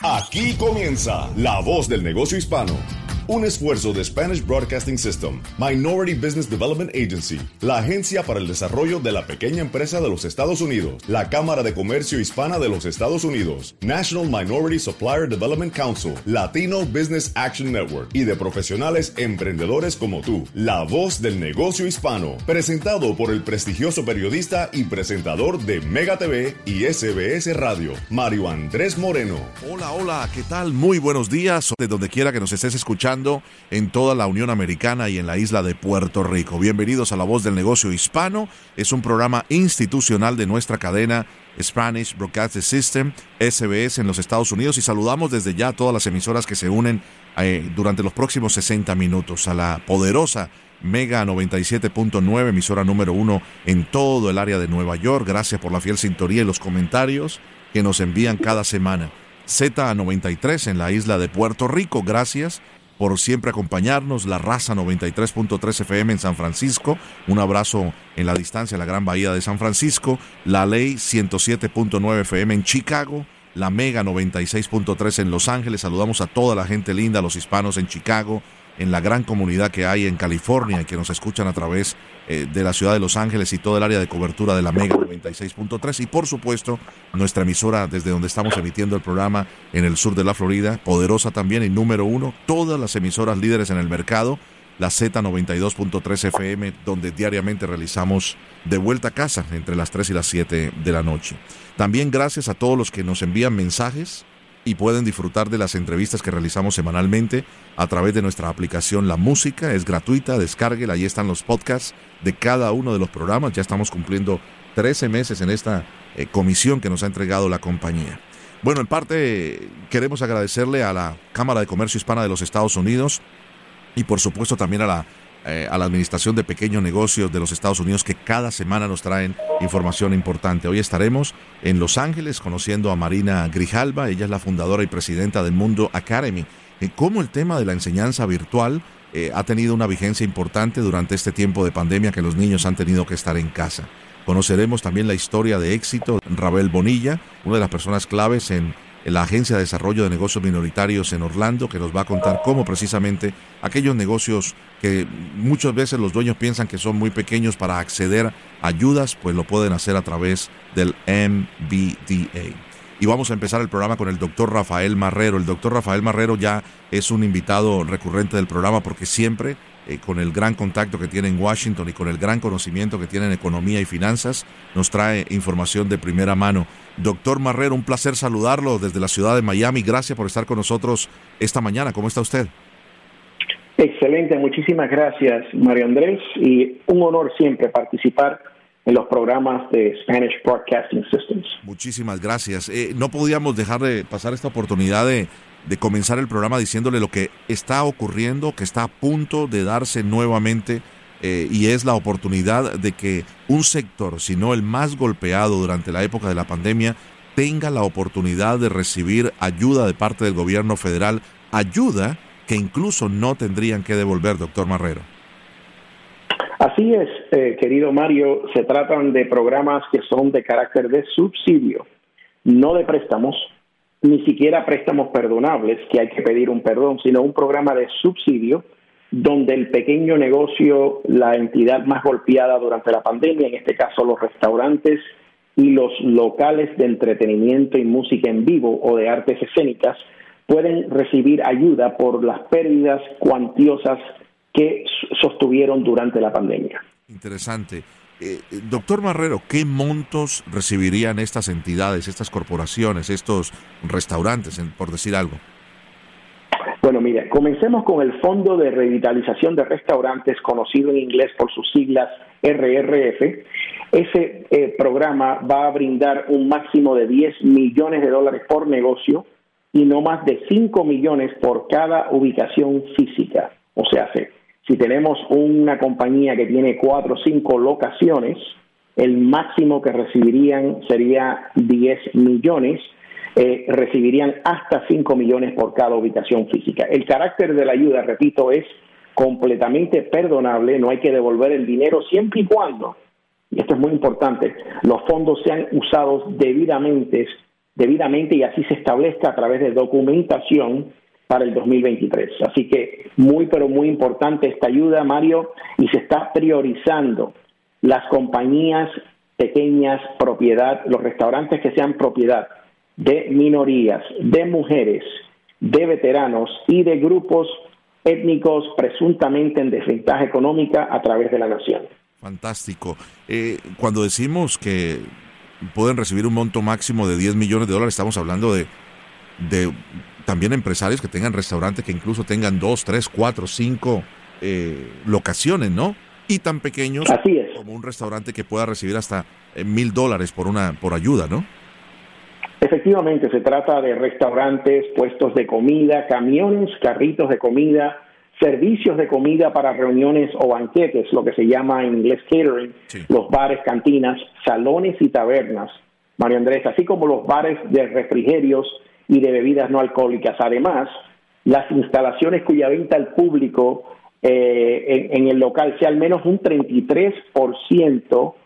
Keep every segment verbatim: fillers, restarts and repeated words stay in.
Aquí comienza La Voz del Negocio Hispano, un esfuerzo de Spanish Broadcasting System, Minority Business Development Agency, la agencia para el desarrollo de la pequeña empresa de los Estados Unidos, la Cámara de Comercio Hispana de los Estados Unidos, National Minority Supplier Development Council, Latino Business Action Network y de profesionales emprendedores como tú. La Voz del Negocio Hispano, presentado por el prestigioso periodista y presentador de Mega T V y S B S Radio, Mario Andrés Moreno. Hola, hola, ¿qué tal? Muy buenos días, de donde quiera que nos estés escuchando en toda la Unión Americana y en la isla de Puerto Rico. Bienvenidos a La Voz del Negocio Hispano. Es un programa institucional de nuestra cadena Spanish Broadcasting System, S B S en los Estados Unidos, y saludamos desde ya a todas las emisoras que se unen eh, durante los próximos sesenta minutos a la poderosa Mega noventa y siete punto nueve, emisora número uno en todo el área de Nueva York. Gracias por la fiel sintonía y los comentarios que nos envían cada semana. Z noventa y tres en la isla de Puerto Rico, gracias por siempre acompañarnos. La Raza noventa y tres punto tres F M en San Francisco, un abrazo en la distancia, la gran bahía de San Francisco. La Ley ciento siete punto nueve F M en Chicago, la Mega noventa y seis punto tres en Los Ángeles. Saludamos a toda la gente linda, a los hispanos en Chicago, en la gran comunidad que hay en California y que nos escuchan a través eh, de la ciudad de Los Ángeles y todo el área de cobertura de la Mega noventa y seis punto tres, y por supuesto nuestra emisora desde donde estamos emitiendo el programa en el sur de la Florida, poderosa también y número uno, todas las emisoras líderes en el mercado, la Z noventa y dos punto tres F M, donde diariamente realizamos De Vuelta a Casa entre las tres y las siete de la noche. También gracias a todos los que nos envían mensajes y pueden disfrutar de las entrevistas que realizamos semanalmente a través de nuestra aplicación La Música. Es gratuita, descárguela, ahí están los podcasts de cada uno de los programas. Ya estamos cumpliendo trece meses en esta eh, comisión que nos ha entregado la compañía. Bueno, en parte queremos agradecerle a la Cámara de Comercio Hispana de los Estados Unidos y por supuesto también a la Eh, a la Administración de Pequeños Negocios de los Estados Unidos, que cada semana nos traen información importante. Hoy estaremos en Los Ángeles conociendo a Marina Grijalva. Ella es la fundadora y presidenta del Mundo Academy. Eh, cómo el tema de la enseñanza virtual eh, ha tenido una vigencia importante durante este tiempo de pandemia que los niños han tenido que estar en casa. Conoceremos también la historia de éxito de Rabel Bonilla, una de las personas claves en en la Agencia de Desarrollo de Negocios Minoritarios en Orlando, que nos va a contar cómo precisamente aquellos negocios que muchas veces los dueños piensan que son muy pequeños para acceder a ayudas, pues lo pueden hacer a través del M B D A. Y vamos a empezar el programa con el doctor Rafael Marrero. El doctor Rafael Marrero ya es un invitado recurrente del programa porque siempre, eh, con el gran contacto que tiene en Washington y con el gran conocimiento que tiene en economía y finanzas, nos trae información de primera mano. Doctor Marrero, un placer saludarlo desde la ciudad de Miami. Gracias por estar con nosotros esta mañana. ¿Cómo está usted? Excelente, muchísimas gracias, Mario Andrés, y un honor siempre participar en los programas de Spanish Broadcasting Systems. Muchísimas gracias. Eh, no podíamos dejar de pasar esta oportunidad de, de comenzar el programa diciéndole lo que está ocurriendo, que está a punto de darse nuevamente, eh, y es la oportunidad de que un sector, si no el más golpeado durante la época de la pandemia, tenga la oportunidad de recibir ayuda de parte del gobierno federal, ayuda que incluso no tendrían que devolver, doctor Marrero. Así es, eh, querido Mario, se tratan de programas que son de carácter de subsidio, no de préstamos, ni siquiera préstamos perdonables, que hay que pedir un perdón, sino un programa de subsidio donde el pequeño negocio, la entidad más golpeada durante la pandemia, en este caso los restaurantes y los locales de entretenimiento y música en vivo o de artes escénicas, pueden recibir ayuda por las pérdidas cuantiosas que sostuvieron durante la pandemia. Interesante. Eh, doctor Marrero, ¿qué montos recibirían estas entidades, estas corporaciones, estos restaurantes, por decir algo? Bueno, mire, comencemos con el Fondo de Revitalización de Restaurantes, conocido en inglés por sus siglas R R F. Ese eh, programa va a brindar un máximo de diez millones de dólares por negocio y no más de cinco millones por cada ubicación física. O sea, si tenemos una compañía que tiene cuatro o cinco locaciones, el máximo que recibirían sería diez millones. Eh, recibirían hasta cinco millones por cada ubicación física. El carácter de la ayuda, repito, es completamente perdonable, no hay que devolver el dinero siempre y cuando, y esto es muy importante, los fondos sean usados debidamente debidamente y así se establezca a través de documentación para el dos mil veintitrés. Así que muy, pero muy importante esta ayuda, Mario, y se está priorizando las compañías pequeñas, propiedad, los restaurantes que sean propiedad de minorías, de mujeres, de veteranos y de grupos étnicos presuntamente en desventaja económica a través de la nación. Fantástico. Eh, cuando decimos que pueden recibir un monto máximo de diez millones de dólares, estamos hablando de, de también empresarios que tengan restaurantes que incluso tengan dos, tres, cuatro, cinco eh, locaciones, ¿no? Y tan pequeños Así es. como un restaurante que pueda recibir hasta eh, mil dólares por una por ayuda, ¿no? Efectivamente, se trata de restaurantes, puestos de comida, camiones, carritos de comida, servicios de comida para reuniones o banquetes, lo que se llama en inglés catering, sí. Los bares, cantinas, salones y tabernas, Mario Andrés, así como los bares de refrigerios y de bebidas no alcohólicas. Además, las instalaciones cuya venta al público eh, en, en el local sea al menos un treinta y tres por ciento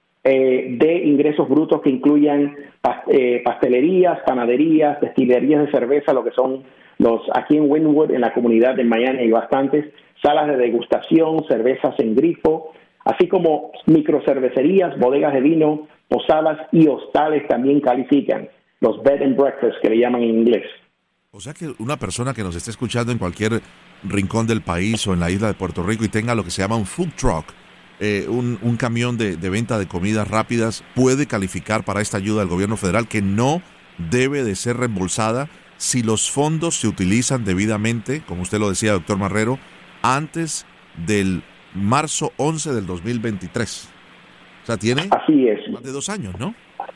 eh, de ingresos brutos que incluyan pas, eh, pastelerías, panaderías, destilerías de cerveza, lo que son los aquí en Wynwood, en la comunidad de Miami, hay bastantes salas de degustación, cervezas en grifo, así como microcervecerías, bodegas de vino, posadas y hostales también califican, los bed and breakfast que le llaman en inglés. O sea que una persona que nos esté escuchando en cualquier rincón del país o en la isla de Puerto Rico y tenga lo que se llama un food truck, eh, un, un camión de, de venta de comidas rápidas, puede calificar para esta ayuda del gobierno federal que no debe de ser reembolsada si los fondos se utilizan debidamente, como usted lo decía, doctor Marrero, antes del marzo once del dos mil veintitrés. O sea, tiene Así es. más de dos años, ¿no?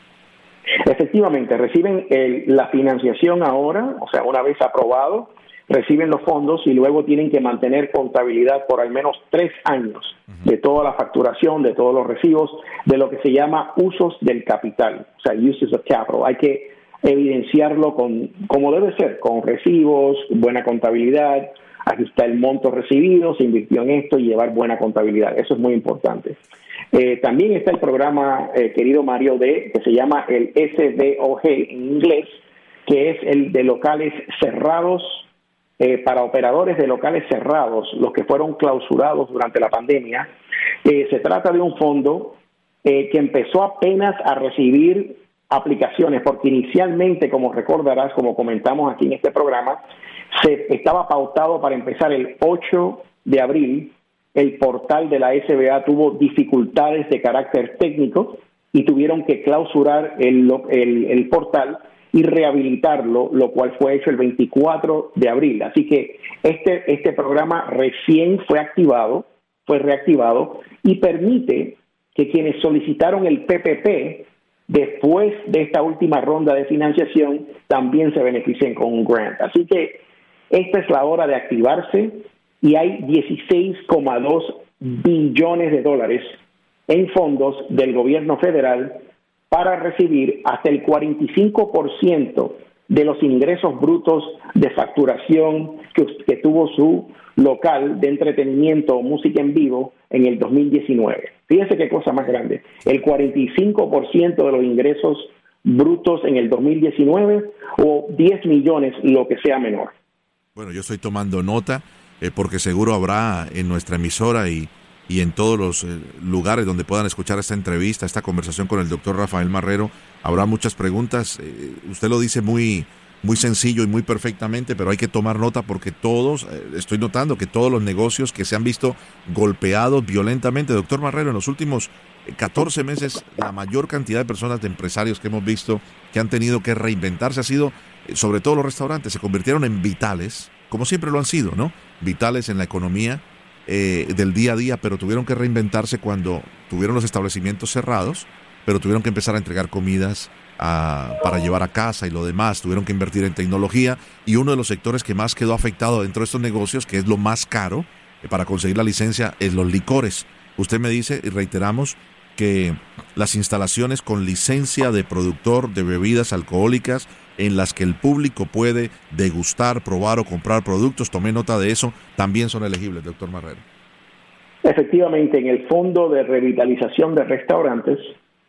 Efectivamente, reciben el, la financiación ahora, o sea, una vez aprobado, reciben los fondos y luego tienen que mantener contabilidad por al menos tres años uh-huh. de toda la facturación, de todos los recibos, de lo que se llama usos del capital, o sea, uses of capital. Hay que evidenciarlo con como debe ser, con recibos, buena contabilidad, aquí está el monto recibido, se invirtió en esto y llevar buena contabilidad. Eso es muy importante. Eh, también está el programa, eh, querido Mario, de que se llama el S D O G en inglés, que es el de locales cerrados, eh, para operadores de locales cerrados, los que fueron clausurados durante la pandemia. Eh, se trata de un fondo eh, que empezó apenas a recibir aplicaciones, porque inicialmente, como recordarás, como comentamos aquí en este programa, se estaba pautado para empezar el ocho de abril. El portal de la S B A tuvo dificultades de carácter técnico y tuvieron que clausurar el, el, el portal y rehabilitarlo, lo cual fue hecho el veinticuatro de abril. Así que este, este programa recién fue activado, fue reactivado y permite que quienes solicitaron el P P P después de esta última ronda de financiación también se beneficien con un grant. Así que esta es la hora de activarse y hay dieciséis coma dos billones de dólares en fondos del gobierno federal para recibir hasta el cuarenta y cinco por ciento de los ingresos brutos de facturación que, que tuvo su local de entretenimiento o música en vivo en el dos mil diecinueve. Fíjense qué cosa más grande. El cuarenta y cinco por ciento de los ingresos brutos en el dos mil diecinueve o diez millones, lo que sea menor. Bueno, yo estoy tomando nota eh, porque seguro habrá en nuestra emisora y, y en todos los eh, lugares donde puedan escuchar esta entrevista, esta conversación con el doctor Rafael Marrero, habrá muchas preguntas. Eh, usted lo dice muy, muy sencillo y muy perfectamente, pero hay que tomar nota porque todos, eh, estoy notando que todos los negocios que se han visto golpeados violentamente, doctor Marrero, en los últimos catorce meses, la mayor cantidad de personas, de empresarios que hemos visto que han tenido que reinventarse ha sido, eh, sobre todo los restaurantes, se convirtieron en vitales, como siempre lo han sido, ¿no? Vitales en la economía eh, del día a día, pero tuvieron que reinventarse cuando tuvieron los establecimientos cerrados, pero tuvieron que empezar a entregar comidas a, para llevar a casa y lo demás, tuvieron que invertir en tecnología, y uno de los sectores que más quedó afectado dentro de estos negocios, que es lo más caro eh, para conseguir la licencia, es los licores. Usted me dice, y reiteramos, que las instalaciones con licencia de productor de bebidas alcohólicas en las que el público puede degustar, probar o comprar productos, tomé nota de eso, también son elegibles, doctor Marrero. Efectivamente, en el Fondo de Revitalización de Restaurantes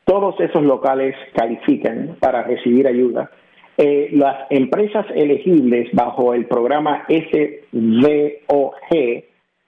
todos esos locales califican para recibir ayuda. Eh, las empresas elegibles bajo el programa S V O G,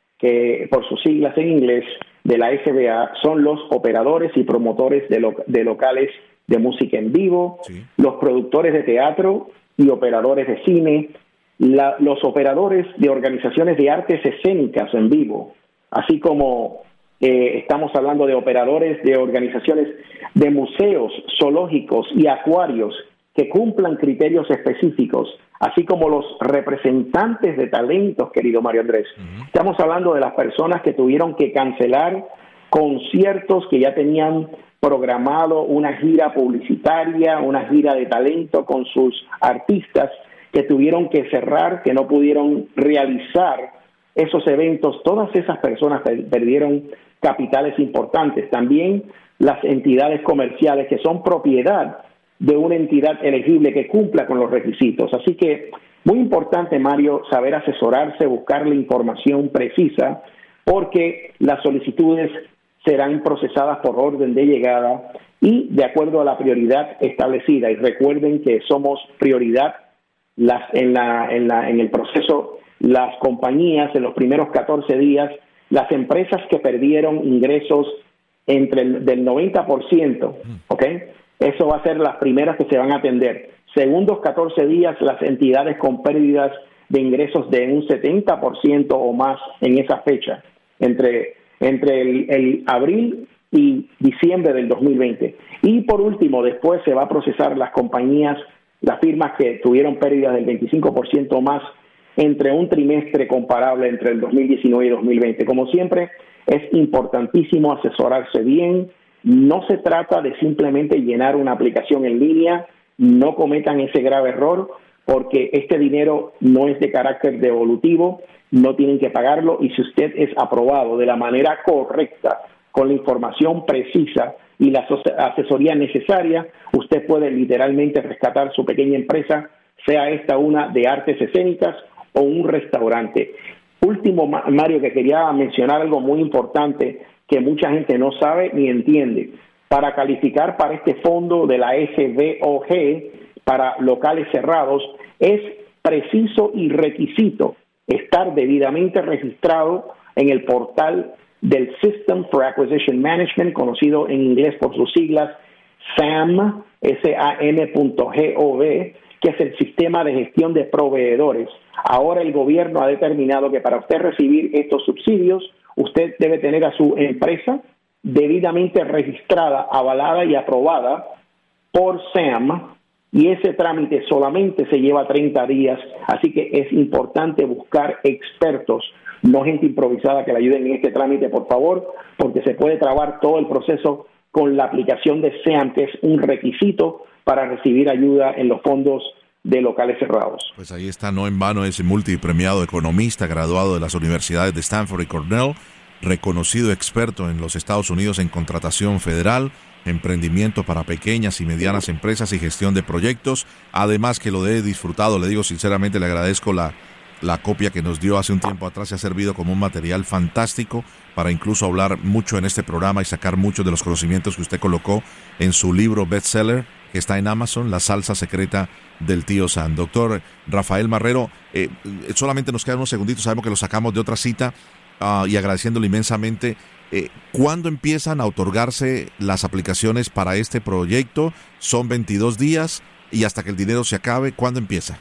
que por sus siglas en inglés, de la S B A, son los operadores y promotores de, lo, de locales de música en vivo, sí. los productores de teatro y operadores de cine, la, los operadores de organizaciones de artes escénicas en vivo, así como eh, estamos hablando de operadores de organizaciones de museos, zoológicos y acuarios que cumplan criterios específicos, así como los representantes de talentos, querido Mario Andrés. Uh-huh. Estamos hablando de las personas que tuvieron que cancelar conciertos que ya tenían programado, una gira publicitaria, una gira de talento con sus artistas, que tuvieron que cerrar, que no pudieron realizar esos eventos. Todas esas personas perdieron capitales importantes. También las entidades comerciales que son propiedad de una entidad elegible que cumpla con los requisitos. Así que muy importante, Mario, saber asesorarse, buscar la información precisa, porque las solicitudes serán procesadas por orden de llegada y de acuerdo a la prioridad establecida. Y recuerden que somos prioridad las, en, la, en, la, en el proceso, las compañías en los primeros catorce días, las empresas que perdieron ingresos entre el del noventa por ciento, ¿ok? Eso va a ser las primeras que se van a atender. Segundos catorce días, las entidades con pérdidas de ingresos de un setenta por ciento o más en esa fecha, entre, entre el, el abril y diciembre del dos mil veinte. Y por último, después se va a procesar las compañías, las firmas que tuvieron pérdidas del veinticinco por ciento o más entre un trimestre comparable entre el dos mil diecinueve y dos mil veinte. Como siempre, es importantísimo asesorarse bien. No se trata de simplemente llenar una aplicación en línea. No cometan ese grave error, porque este dinero no es de carácter devolutivo, no tienen que pagarlo, y si usted es aprobado de la manera correcta, con la información precisa y la asesoría necesaria, usted puede literalmente rescatar su pequeña empresa, sea esta una de artes escénicas o un restaurante. Último, Mario, que quería mencionar algo muy importante que mucha gente no sabe ni entiende. Para calificar para este fondo de la S V O G para locales cerrados, es preciso y requisito estar debidamente registrado en el portal del System for Acquisition Management, conocido en inglés por sus siglas S A M, S A M punto gov, que es el Sistema de Gestión de Proveedores. Ahora el gobierno ha determinado que para usted recibir estos subsidios, usted debe tener a su empresa debidamente registrada, avalada y aprobada por S A M, y ese trámite solamente se lleva treinta días, así que es importante buscar expertos, no gente improvisada que le ayuden en este trámite, por favor, porque se puede trabar todo el proceso con la aplicación de S A M, que es un requisito para recibir ayuda en los fondos de locales cerrados. Pues ahí está, no en vano, ese multipremiado economista graduado de las universidades de Stanford y Cornell, reconocido experto en los Estados Unidos en contratación federal, emprendimiento para pequeñas y medianas empresas y gestión de proyectos. Además que lo he disfrutado, le digo sinceramente, le agradezco la, la copia que nos dio hace un tiempo atrás. Se ha servido como un material fantástico para incluso hablar mucho en este programa y sacar muchos de los conocimientos que usted colocó en su libro bestseller, que está en Amazon, La salsa secreta del tío Sam. Doctor Rafael Marrero, eh, solamente nos quedan unos segunditos, sabemos que lo sacamos de otra cita, uh, y agradeciéndole inmensamente. Eh, ¿Cuándo empiezan a otorgarse las aplicaciones para este proyecto? ¿Son veintidós días y hasta que el dinero se acabe? ¿Cuándo empieza?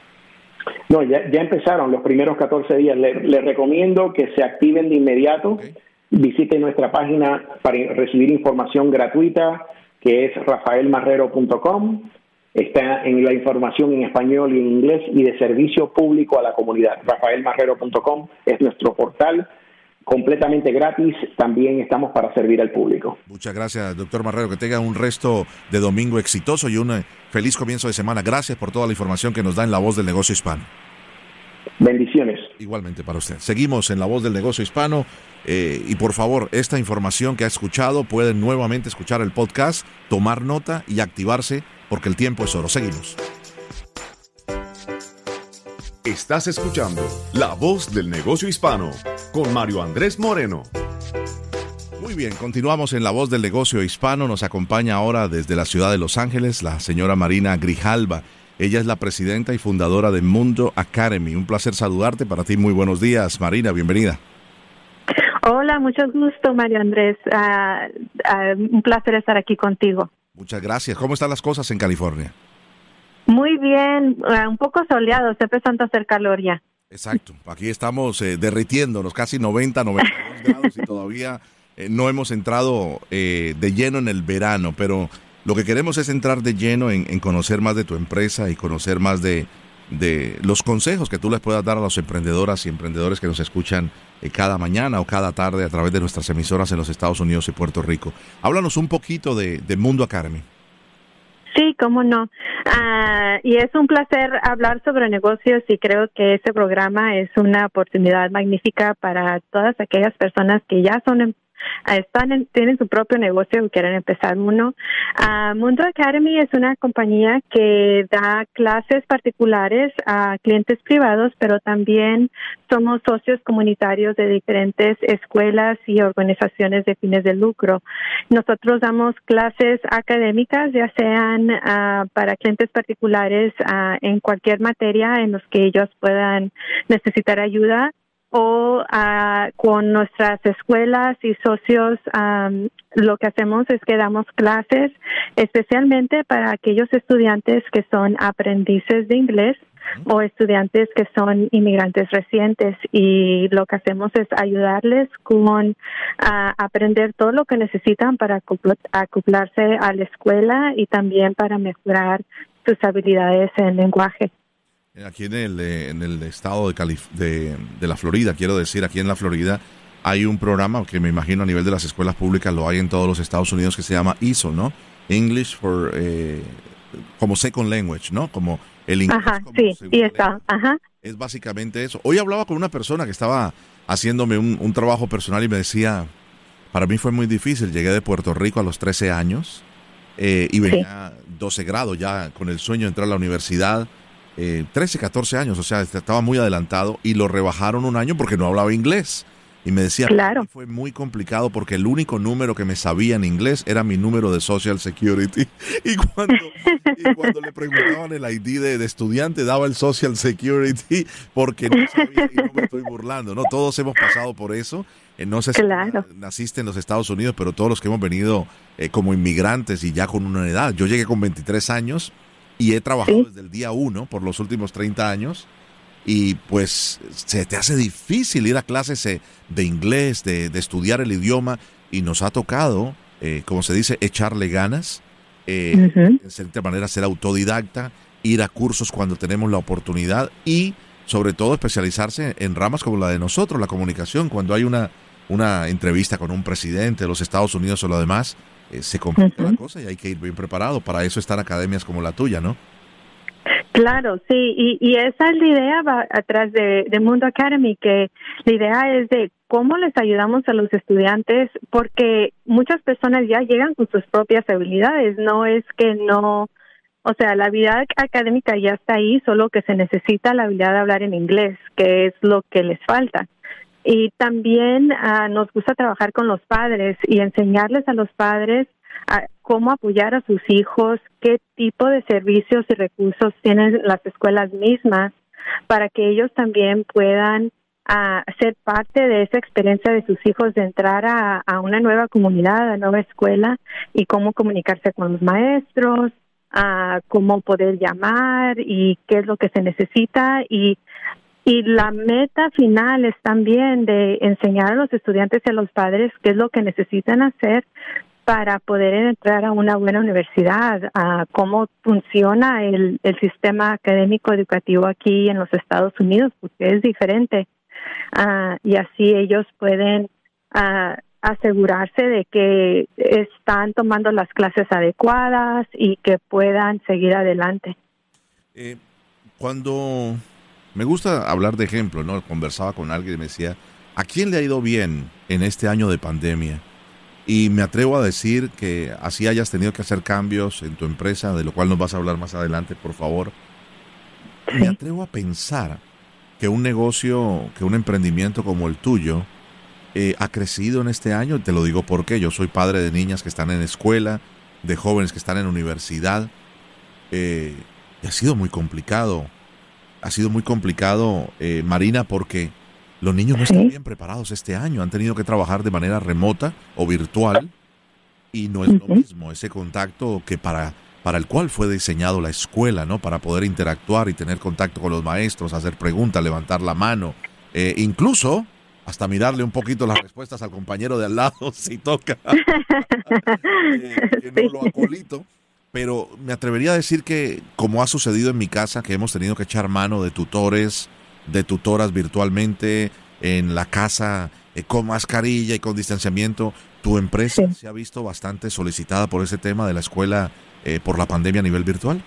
No, ya, ya empezaron los primeros catorce días. Les le recomiendo que se activen de inmediato. Okay. Visiten nuestra página para recibir información gratuita, que es rafael marrero punto com. Está en la información en español y en inglés, y de servicio público a la comunidad. rafael marrero punto com es nuestro portal, completamente gratis. También estamos para servir al público. Muchas gracias, doctor Marrero. Que tenga un resto de domingo exitoso y un feliz comienzo de semana. Gracias por toda la información que nos da en La Voz del Negocio Hispano. Bendiciones. Igualmente para usted. Seguimos en La Voz del Negocio Hispano, eh, y por favor, esta información que ha escuchado, pueden nuevamente escuchar el podcast, tomar nota y activarse, porque el tiempo es oro. Seguimos. Estás escuchando La Voz del Negocio Hispano con Mario Andrés Moreno. Muy bien, continuamos en La Voz del Negocio Hispano. Nos acompaña ahora desde la ciudad de Los Ángeles la señora Marina Grijalva. Ella es la presidenta y fundadora de Mundo Academy. Un placer saludarte. Para ti, muy buenos días, Marina. Bienvenida. Hola, mucho gusto, Mario Andrés. Uh, uh, un placer estar aquí contigo. Muchas gracias. ¿Cómo están las cosas en California? Muy bien, uh, un poco soleado, está empezando a hacer calor ya. Exacto, aquí estamos eh, derritiéndonos, casi noventa, noventa y dos grados y todavía eh, no hemos entrado eh, de lleno en el verano, pero lo que queremos es entrar de lleno en, en conocer más de tu empresa y conocer más de, de los consejos que tú les puedas dar a las emprendedoras y emprendedores que nos escuchan eh, cada mañana o cada tarde a través de nuestras emisoras en los Estados Unidos y Puerto Rico. Háblanos un poquito de, de Mundo Academy. Sí, cómo no. Uh, y es un placer hablar sobre negocios y creo que este programa es una oportunidad magnífica para todas aquellas personas que ya son em- están en, tienen su propio negocio y quieren empezar uno. Uh, Mundo Academy es una compañía que da clases particulares a clientes privados, pero también somos socios comunitarios de diferentes escuelas y organizaciones de fines de lucro. Nosotros damos clases académicas, ya sean uh, para clientes particulares uh, en cualquier materia en los que ellos puedan necesitar ayuda, o uh, con nuestras escuelas y socios. Um, lo que hacemos es que damos clases especialmente para aquellos estudiantes que son aprendices de inglés o estudiantes que son inmigrantes recientes, y lo que hacemos es ayudarles con uh, aprender todo lo que necesitan para acoplarse a la escuela y también para mejorar sus habilidades en lenguaje. Aquí en el, en el estado de, Calif- de, de la Florida, quiero decir, aquí en la Florida hay un programa que me imagino a nivel de las escuelas públicas lo hay en todos los Estados Unidos, que se llama I S O, ¿no? English for, eh, como second language, ¿no? Como el inglés. Ajá, como sí, y está, ajá. Es básicamente eso. Hoy hablaba con una persona que estaba haciéndome un, un trabajo personal y me decía, para mí fue muy difícil, llegué de Puerto Rico a los trece años eh, y venía sí. doce grados ya con el sueño de entrar a la universidad. Eh, trece, catorce años, o sea, estaba muy adelantado y lo rebajaron un año porque no hablaba inglés. Y me decía, claro, fue muy complicado porque el único número que me sabía en inglés era mi número de Social Security. Y cuando, y cuando le preguntaban el I D de, de estudiante, daba el Social Security porque no sabía, y no me estoy burlando, ¿no? Todos hemos pasado por eso. Eh, no sé si claro. naciste en los Estados Unidos, pero todos los que hemos venido eh, como inmigrantes y ya con una edad. Yo llegué con veintitrés años. Y he trabajado ¿Sí? desde el día uno por los últimos treinta años y pues se te hace difícil ir a clases de inglés, de, de estudiar el idioma, y nos ha tocado, eh, como se dice, echarle ganas, eh, uh-huh. de cierta manera ser autodidacta, ir a cursos cuando tenemos la oportunidad y sobre todo especializarse en ramas como la de nosotros, la comunicación. Cuando hay una, una entrevista con un presidente de los Estados Unidos o lo demás, Eh, se complica uh-huh. la cosa y hay que ir bien preparado. Para eso están academias como la tuya, ¿no? Claro, sí, y, y esa es la idea va atrás de, de Mundo Academy, que la idea es de cómo les ayudamos a los estudiantes, porque muchas personas ya llegan con sus propias habilidades, no es que no, o sea, la habilidad académica ya está ahí, solo que se necesita la habilidad de hablar en inglés, que es lo que les falta. Y también uh, nos gusta trabajar con los padres y enseñarles a los padres uh, cómo apoyar a sus hijos, qué tipo de servicios y recursos tienen las escuelas mismas para que ellos también puedan uh, ser parte de esa experiencia de sus hijos de entrar a, a una nueva comunidad, a una nueva escuela, y cómo comunicarse con los maestros, uh, cómo poder llamar y qué es lo que se necesita. Y Y la meta final es también de enseñar a los estudiantes y a los padres qué es lo que necesitan hacer para poder entrar a una buena universidad, a cómo funciona el, el sistema académico educativo aquí en los Estados Unidos, porque es diferente. Uh, y así ellos pueden uh, asegurarse de que están tomando las clases adecuadas y que puedan seguir adelante. Eh, cuando... Me gusta hablar de ejemplo, ¿no? Conversaba con alguien y me decía, ¿a quién le ha ido bien en este año de pandemia? Y me atrevo a decir que así hayas tenido que hacer cambios en tu empresa, de lo cual nos vas a hablar más adelante, por favor. Me atrevo a pensar que un negocio, que un emprendimiento como el tuyo, eh, ha crecido en este año. Te lo digo porque yo soy padre de niñas que están en escuela, de jóvenes que están en universidad. Eh, y ha sido muy complicado. Ha sido muy complicado, eh, Marina, porque los niños no están bien preparados este año. Han tenido que trabajar de manera remota o virtual y no es lo mismo ese contacto que para, para el cual fue diseñado la escuela, ¿no? Para poder interactuar y tener contacto con los maestros, hacer preguntas, levantar la mano, eh, incluso hasta mirarle un poquito las respuestas al compañero de al lado si toca, eh, que no lo acolito. Pero me atrevería a decir que, como ha sucedido en mi casa, que hemos tenido que echar mano de tutores, de tutoras virtualmente en la casa, eh, con mascarilla y con distanciamiento, tu empresa sí se ha visto bastante solicitada por ese tema de la escuela eh, por la pandemia a nivel virtual.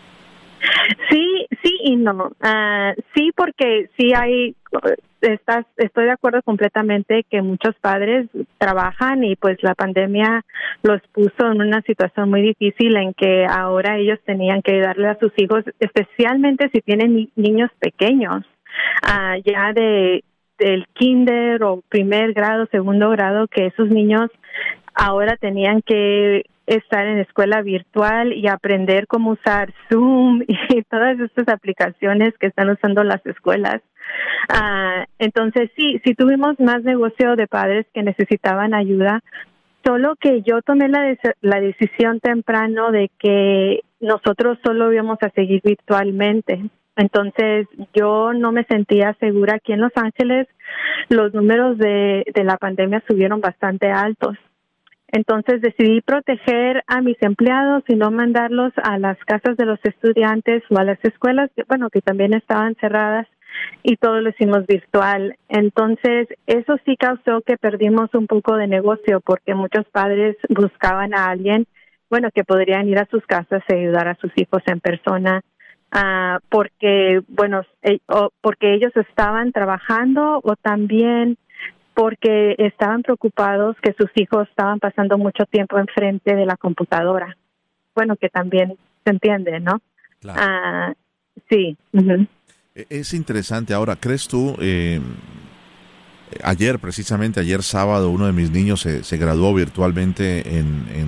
Sí, sí y no. Uh, sí, porque sí hay... Estás, estoy de acuerdo completamente que muchos padres trabajan y pues la pandemia los puso en una situación muy difícil en que ahora ellos tenían que darle a sus hijos, especialmente si tienen ni- niños pequeños, uh, ya de del kinder o primer grado, segundo grado, que esos niños ahora tenían que estar en escuela virtual y aprender cómo usar Zoom y todas estas aplicaciones que están usando las escuelas. Uh, entonces sí, sí tuvimos más negocio de padres que necesitaban ayuda, solo que yo tomé la, de- la decisión temprano de que nosotros solo íbamos a seguir virtualmente. Entonces yo no me sentía segura. Aquí en Los Ángeles los números de, de la pandemia subieron bastante altos. Entonces decidí proteger a mis empleados y no mandarlos a las casas de los estudiantes o a las escuelas, que, bueno, que también estaban cerradas, y todo lo hicimos virtual. Entonces eso sí causó que perdimos un poco de negocio porque muchos padres buscaban a alguien, bueno, que podrían ir a sus casas y ayudar a sus hijos en persona, uh, porque, bueno, eh, o porque ellos estaban trabajando o también porque estaban preocupados que sus hijos estaban pasando mucho tiempo enfrente de la computadora. Bueno, que también se entiende, ¿no? Claro. Uh, sí. Uh-huh. Es interesante. Ahora, ¿crees tú? Eh, ayer, precisamente ayer sábado, uno de mis niños se, se graduó virtualmente en, en,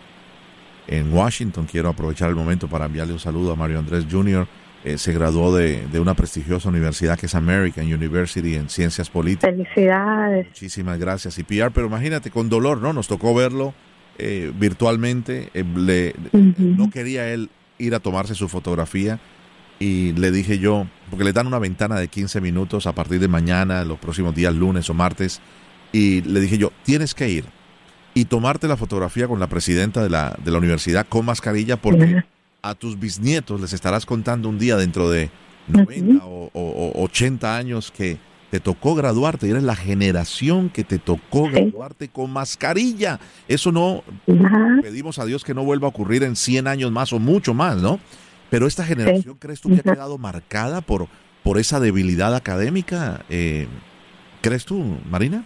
en Washington. Quiero aprovechar el momento para enviarle un saludo a Mario Andrés junior Eh, se graduó de, de una prestigiosa universidad que es American University en Ciencias Políticas. Felicidades. Muchísimas gracias. Y P R, pero imagínate, con dolor, ¿no? Nos tocó verlo eh, virtualmente. Eh, le, uh-huh. No quería él ir a tomarse su fotografía. Y le dije yo, porque le dan una ventana de quince minutos a partir de mañana, los próximos días, lunes o martes, y le dije yo, tienes que ir y tomarte la fotografía con la presidenta de la, de la universidad con mascarilla, porque uh-huh. a tus bisnietos les estarás contando un día dentro de noventa uh-huh. o, o, o ochenta años que te tocó graduarte, y eres la generación que te tocó graduarte con mascarilla. Eso no, uh-huh. pedimos a Dios que no vuelva a ocurrir en cien años más o mucho más, ¿no? Pero esta generación, sí. ¿crees tú que ha quedado marcada por, por esa debilidad académica? Eh, ¿Crees tú, Marina?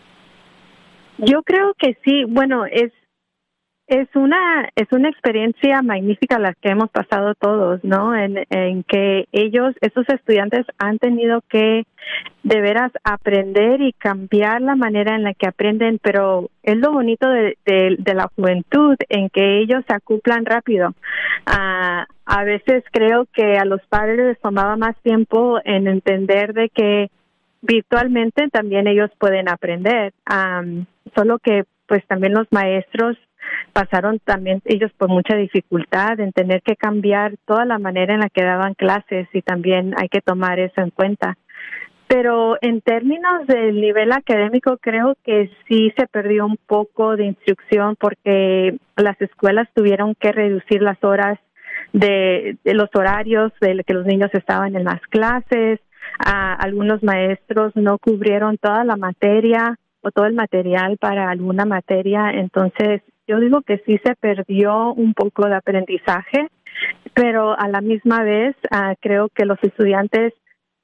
Yo creo que sí. Bueno, es es una es una experiencia magnífica la que hemos pasado todos, ¿no? En, en que ellos, esos estudiantes, han tenido que de veras aprender y cambiar la manera en la que aprenden, pero es lo bonito de, de, de la juventud, en que ellos se acoplan rápido. Uh, a veces creo que a los padres les tomaba más tiempo en entender de que virtualmente también ellos pueden aprender, um, solo que pues también los maestros pasaron también ellos por mucha dificultad en tener que cambiar toda la manera en la que daban clases, y también hay que tomar eso en cuenta. Pero en términos del nivel académico, creo que sí se perdió un poco de instrucción porque las escuelas tuvieron que reducir las horas de, de los horarios de que los niños estaban en las clases. Uh, algunos maestros no cubrieron toda la materia o todo el material para alguna materia. Entonces, yo digo que sí se perdió un poco de aprendizaje, pero a la misma vez uh, creo que los estudiantes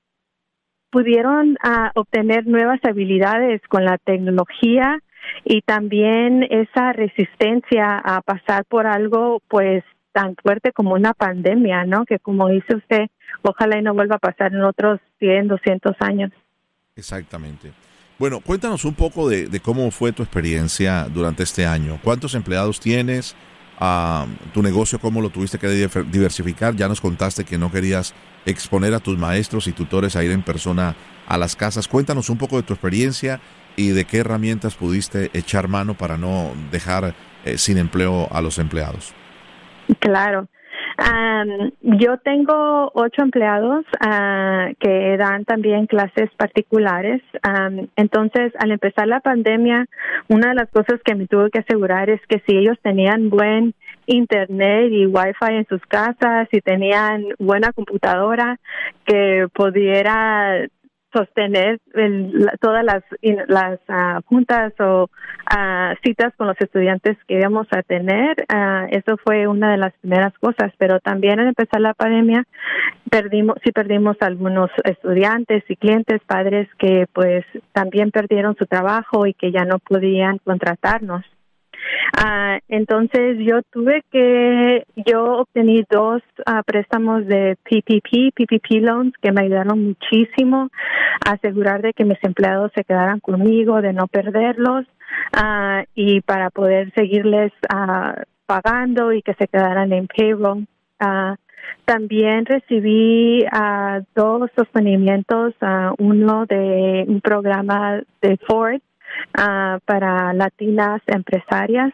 pudieron uh, obtener nuevas habilidades con la tecnología y también esa resistencia a pasar por algo pues tan fuerte como una pandemia, ¿no? Que como dice usted, ojalá y no vuelva a pasar en otros cien, doscientos años. Exactamente. Bueno, cuéntanos un poco de, de cómo fue tu experiencia durante este año. ¿Cuántos empleados tienes? Uh, ¿Tu negocio cómo lo tuviste que diversificar? Ya nos contaste que no querías exponer a tus maestros y tutores a ir en persona a las casas. Cuéntanos un poco de tu experiencia y de qué herramientas pudiste echar mano para no dejar eh, sin empleo a los empleados. Claro. Um, yo tengo ocho empleados uh, que dan también clases particulares. Um, entonces, al empezar la pandemia, una de las cosas que me tuve que asegurar es que si ellos tenían buen internet y wifi en sus casas, si tenían buena computadora, que pudiera sostener el, la, todas las, las uh, juntas o uh, citas con los estudiantes que íbamos a tener. Uh, eso fue una de las primeras cosas, pero también al empezar la pandemia perdimos, sí perdimos algunos estudiantes y clientes, padres que pues también perdieron su trabajo y que ya no podían contratarnos. Uh, entonces yo tuve que, yo obtení dos uh, préstamos de P P P, P P P loans, que me ayudaron muchísimo a asegurar de que mis empleados se quedaran conmigo, de no perderlos, uh, y para poder seguirles uh, pagando y que se quedaran en payroll. Uh, también recibí uh, dos sostenimientos, uh, uno de un programa de Ford, Uh, para latinas empresarias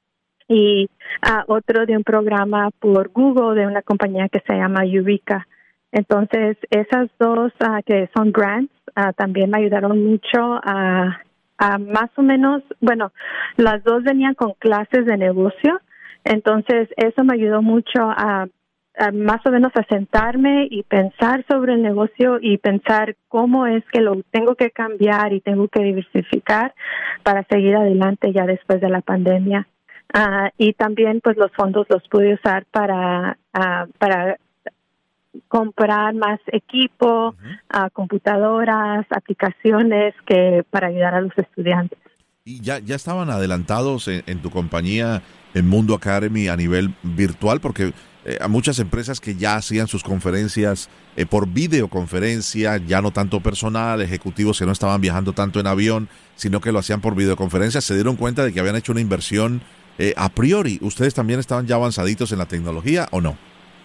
y uh, otro de un programa por Google de una compañía que se llama Eureka. Entonces, esas dos uh, que son grants uh, también me ayudaron mucho a, a más o menos, bueno, las dos venían con clases de negocio, entonces eso me ayudó mucho a más o menos a sentarme y pensar sobre el negocio y pensar cómo es que lo tengo que cambiar y tengo que diversificar para seguir adelante ya después de la pandemia. Uh, y también pues los fondos los pude usar para uh, para comprar más equipo, uh-huh. uh, computadoras, aplicaciones que para ayudar a los estudiantes. ¿Y ya, ya estaban adelantados en, en tu compañía, en Mundo Academy, a nivel virtual? Porque eh, a muchas empresas que ya hacían sus conferencias eh, por videoconferencia, ya no tanto personal, ejecutivos que no estaban viajando tanto en avión, sino que lo hacían por videoconferencia, se dieron cuenta de que habían hecho una inversión eh, a priori. ¿Ustedes también estaban ya avanzaditos en la tecnología o no?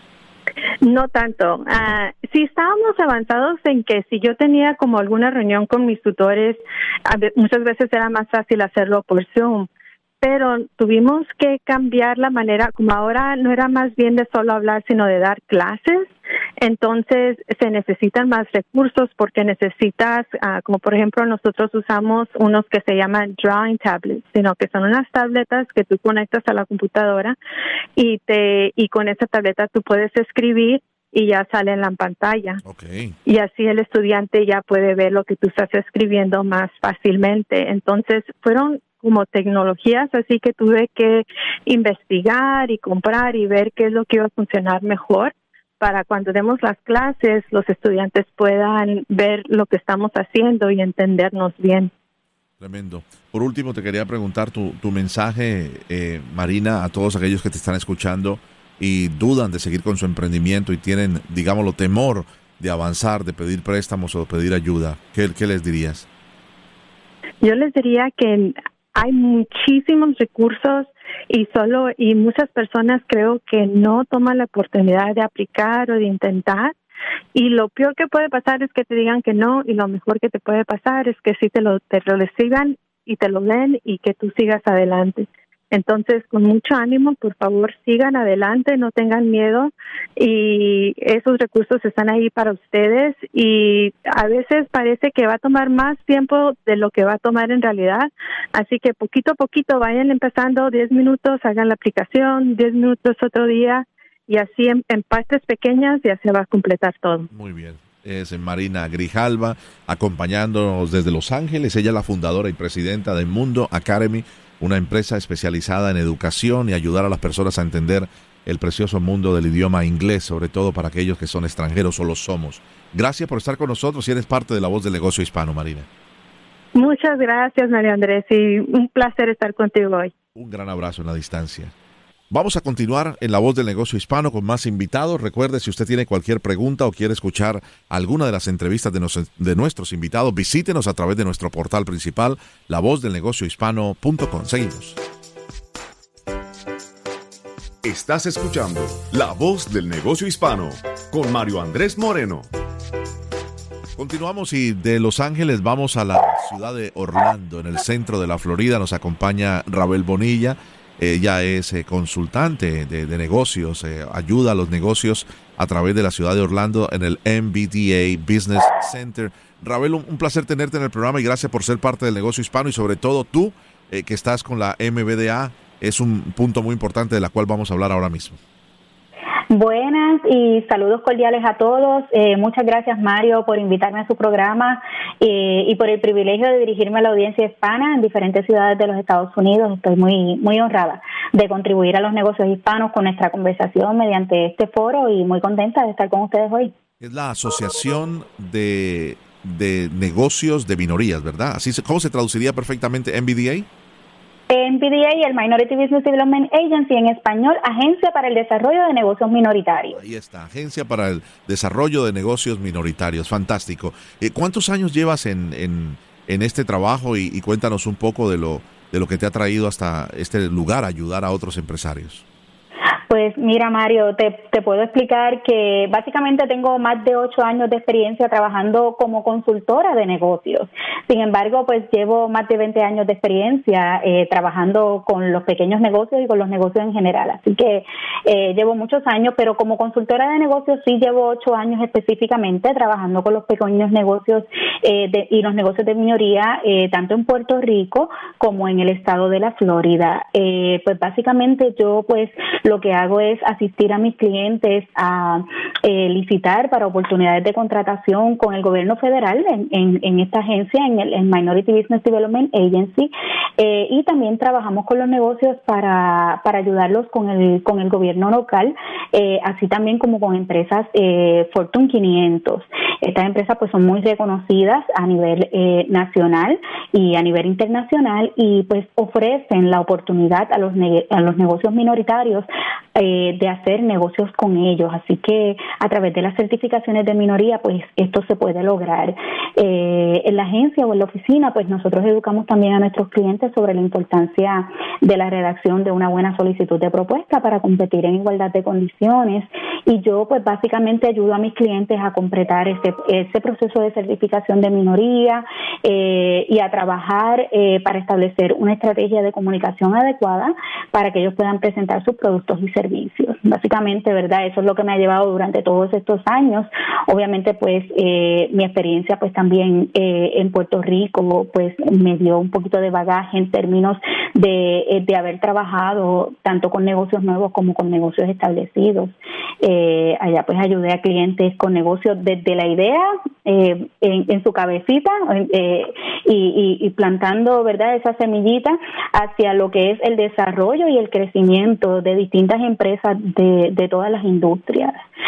No tanto. Uh, sí estábamos avanzados en que si yo tenía como alguna reunión con mis tutores, muchas veces era más fácil hacerlo por Zoom, pero tuvimos que cambiar la manera, como ahora no era más bien de solo hablar, sino de dar clases. Entonces se necesitan más recursos porque necesitas, uh, como por ejemplo nosotros usamos unos que se llaman drawing tablets, sino que son unas tabletas que tú conectas a la computadora y te y con esa tableta tú puedes escribir y ya sale en la pantalla. Okay. Y así el estudiante ya puede ver lo que tú estás escribiendo más fácilmente. Entonces fueron como tecnologías, así que tuve que investigar y comprar y ver qué es lo que iba a funcionar mejor para cuando demos las clases, los estudiantes puedan ver lo que estamos haciendo y entendernos bien. Tremendo. Por último, te quería preguntar tu, tu mensaje, eh, Marina, a todos aquellos que te están escuchando y dudan de seguir con su emprendimiento y tienen, digámoslo, temor de avanzar, de pedir préstamos o de pedir ayuda. ¿Qué, qué les dirías? Yo les diría que hay muchísimos recursos y solo y muchas personas creo que no toman la oportunidad de aplicar o de intentar, y lo peor que puede pasar es que te digan que no, y lo mejor que te puede pasar es que sí te lo te lo reciban y te lo den y que tú sigas adelante. Entonces, con mucho ánimo, por favor, sigan adelante, no tengan miedo, y esos recursos están ahí para ustedes, y a veces parece que va a tomar más tiempo de lo que va a tomar en realidad, así que poquito a poquito vayan empezando, diez minutos, hagan la aplicación, diez minutos otro día, y así en, en partes pequeñas ya se va a completar todo. Muy bien. Es Marina Grijalva, acompañándonos desde Los Ángeles. Ella es la fundadora y presidenta de Mundo Academy, una empresa especializada en educación y ayudar a las personas a entender el precioso mundo del idioma inglés, sobre todo para aquellos que son extranjeros o lo somos. Gracias por estar con nosotros y eres parte de La Voz del Negocio Hispano, Marina. Muchas gracias, María Andrés, y un placer estar contigo hoy. Un gran abrazo en la distancia. Vamos a continuar en La Voz del Negocio Hispano con más invitados. Recuerde, si usted tiene cualquier pregunta o quiere escuchar alguna de las entrevistas de, nos, de nuestros invitados, visítenos a través de nuestro portal principal, la voz del negocio hispano punto com. Seguimos. Estás escuchando La Voz del Negocio Hispano con Mario Andrés Moreno. Continuamos y de Los Ángeles vamos a la ciudad de Orlando, en el centro de la Florida. Nos acompaña Rabel Bonilla. Ella es eh, consultante de, de negocios, eh, ayuda a los negocios a través de la ciudad de Orlando en el M B D A Business Center. Rabel, un, un placer tenerte en el programa y gracias por ser parte del negocio hispano y sobre todo tú eh, que estás con la M B D A. Es un punto muy importante de la cual vamos a hablar ahora mismo. Buenas y saludos cordiales a todos. Eh, muchas gracias, Mario, por invitarme a su programa eh, y por el privilegio de dirigirme a la audiencia hispana en diferentes ciudades de los Estados Unidos. Estoy muy muy honrada de contribuir a los negocios hispanos con nuestra conversación mediante este foro y muy contenta de estar con ustedes hoy. Es la Asociación de, de Negocios de Minorías, ¿verdad? Así se, ¿cómo se traduciría perfectamente M B D A? M B D A y el Minority Business Development Agency, en español, Agencia para el Desarrollo de Negocios Minoritarios. Ahí está, Agencia para el Desarrollo de Negocios Minoritarios. Fantástico. Eh, ¿Cuántos años llevas en, en, en este trabajo? Y, y cuéntanos un poco de lo, de lo que te ha traído hasta este lugar, ayudar a otros empresarios. Pues mira, Mario, te, te puedo explicar que básicamente tengo más de ocho años de experiencia trabajando como consultora de negocios. Sin embargo, pues llevo más de veinte años de experiencia eh, trabajando con los pequeños negocios y con los negocios en general. Así que eh, llevo muchos años, pero como consultora de negocios sí llevo ocho años específicamente trabajando con los pequeños negocios eh, de, y los negocios de minoría, eh, tanto en Puerto Rico como en el estado de la Florida. Eh, pues básicamente yo pues lo que hago es asistir a mis clientes a eh, licitar para oportunidades de contratación con el gobierno federal en, en, en esta agencia, en el en Minority Business Development Agency, eh, y también trabajamos con los negocios para, para ayudarlos con el con el gobierno local, eh, así también como con empresas eh, Fortune quinientos. Estas empresas pues son muy reconocidas a nivel eh, nacional y a nivel internacional y pues ofrecen la oportunidad a los ne- a los negocios minoritarios eh, de hacer negocios con ellos. Así que a través de las certificaciones de minoría pues esto se puede lograr. Eh, en la agencia o en la oficina pues nosotros educamos también a nuestros clientes sobre la importancia de la redacción de una buena solicitud de propuesta para competir en igualdad de condiciones y yo pues básicamente ayudo a mis clientes a completar ese, ese proceso de certificación de minoría eh, y a trabajar eh, para establecer una estrategia de comunicación adecuada para que ellos puedan presentar sus productos y servicios. Básicamente, ¿verdad? Eso es lo que me ha llevado durante todos estos años. Obviamente, pues, eh, mi experiencia, pues, también eh, en Puerto Rico, pues, me dio un poquito de bagaje en términos de, de haber trabajado tanto con negocios nuevos como con negocios establecidos. Eh, allá, pues, ayudé a clientes con negocios desde la idea eh, en, en su cabecita eh, y, y, y plantando, ¿verdad?, esa semillita hacia lo que es el desarrollo y el crecimiento de distintas empresas de, de todas las industrias.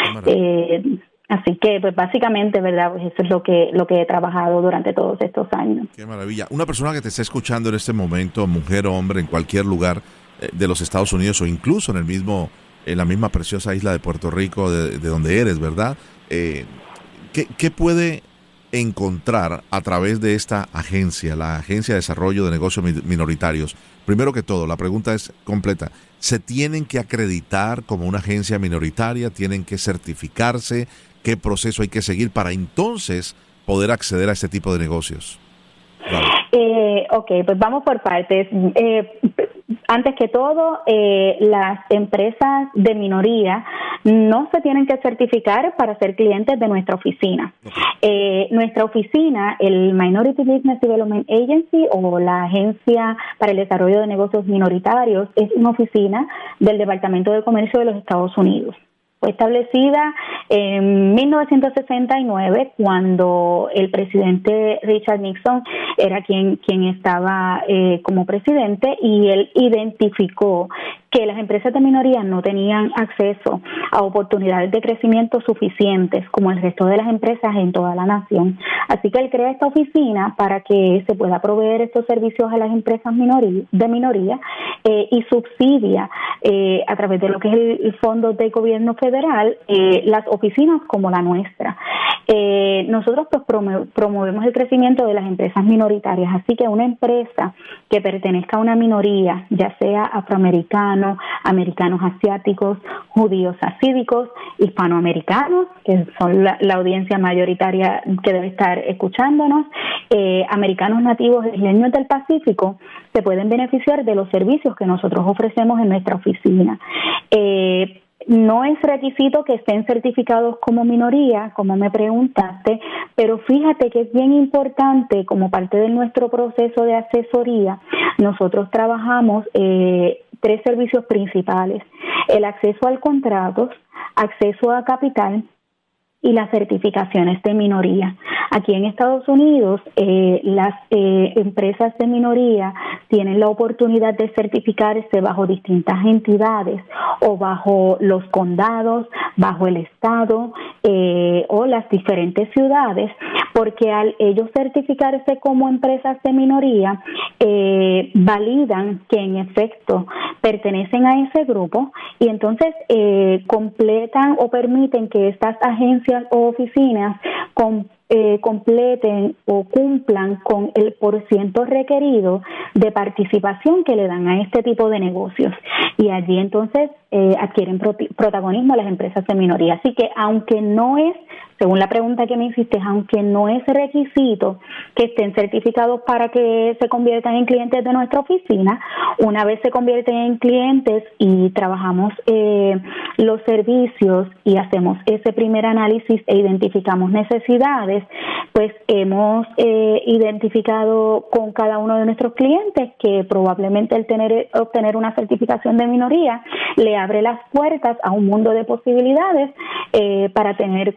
Eh, así que, pues básicamente, ¿verdad? Pues eso es lo que lo que he trabajado durante todos estos años. Qué maravilla. Una persona que te esté escuchando en este momento, mujer o hombre, en cualquier lugar eh, de los Estados Unidos o incluso en el mismo, en la misma preciosa isla de Puerto Rico, de, de donde eres, ¿verdad? Eh, ¿qué, ¿Qué puede encontrar a través de esta agencia, la Agencia de Desarrollo de Negocios Minoritarios? Primero que todo, la pregunta es completa. ¿Se tienen que acreditar como una agencia minoritaria? ¿Tienen que certificarse? ¿Qué proceso hay que seguir para entonces poder acceder a este tipo de negocios? Claro. Eh, ok, pues vamos por partes. Eh, antes que todo, eh, las empresas de minoría no se tienen que certificar para ser clientes de nuestra oficina. Okay. Eh, nuestra oficina, el Minority Business Development Agency o la Agencia para el Desarrollo de Negocios Minoritarios, es una oficina del Departamento de Comercio de los Estados Unidos. Fue establecida en mil novecientos sesenta y nueve cuando el presidente Richard Nixon era quien quien estaba eh, como presidente y él identificó que las empresas de minoría no tenían acceso a oportunidades de crecimiento suficientes como el resto de las empresas en toda la nación. Así que él crea esta oficina para que se pueda proveer estos servicios a las empresas minoría, de minoría eh, y subsidia eh, a través de lo que es el, el fondo del gobierno federal eh, las oficinas como la nuestra. Eh, nosotros pues promo- promovemos el crecimiento de las empresas minoritarias, así que una empresa que pertenezca a una minoría, ya sea afroamericanos, americanos asiáticos, judíos asídicos, hispanoamericanos, que son la, la audiencia mayoritaria que debe estar escuchándonos, eh, americanos nativos isleños del Pacífico, se pueden beneficiar de los servicios que nosotros ofrecemos en nuestra oficina. Eh, No es requisito que estén certificados como minoría, como me preguntaste, pero fíjate que es bien importante, como parte de nuestro proceso de asesoría, nosotros trabajamos eh, tres servicios principales: el acceso al contrato, acceso a capital y las certificaciones de minoría. Aquí en Estados Unidos, eh, las eh, empresas de minoría tienen la oportunidad de certificarse bajo distintas entidades o bajo los condados, bajo el estado eh, o las diferentes ciudades, porque al ellos certificarse como empresas de minoría, eh, validan que en efecto pertenecen a ese grupo y entonces eh, completan o permiten que estas agencias o oficinas con Eh, completen o cumplan con el porciento requerido de participación que le dan a este tipo de negocios. Y allí entonces eh, adquieren proti- protagonismo las empresas de minoría. Así que aunque no es, según la pregunta que me hiciste, aunque no es requisito que estén certificados para que se conviertan en clientes de nuestra oficina, una vez se convierten en clientes y trabajamos eh, los servicios y hacemos ese primer análisis e identificamos necesidades, pues hemos eh, identificado con cada uno de nuestros clientes que probablemente el tener obtener una certificación de minoría le abre las puertas a un mundo de posibilidades eh, para tener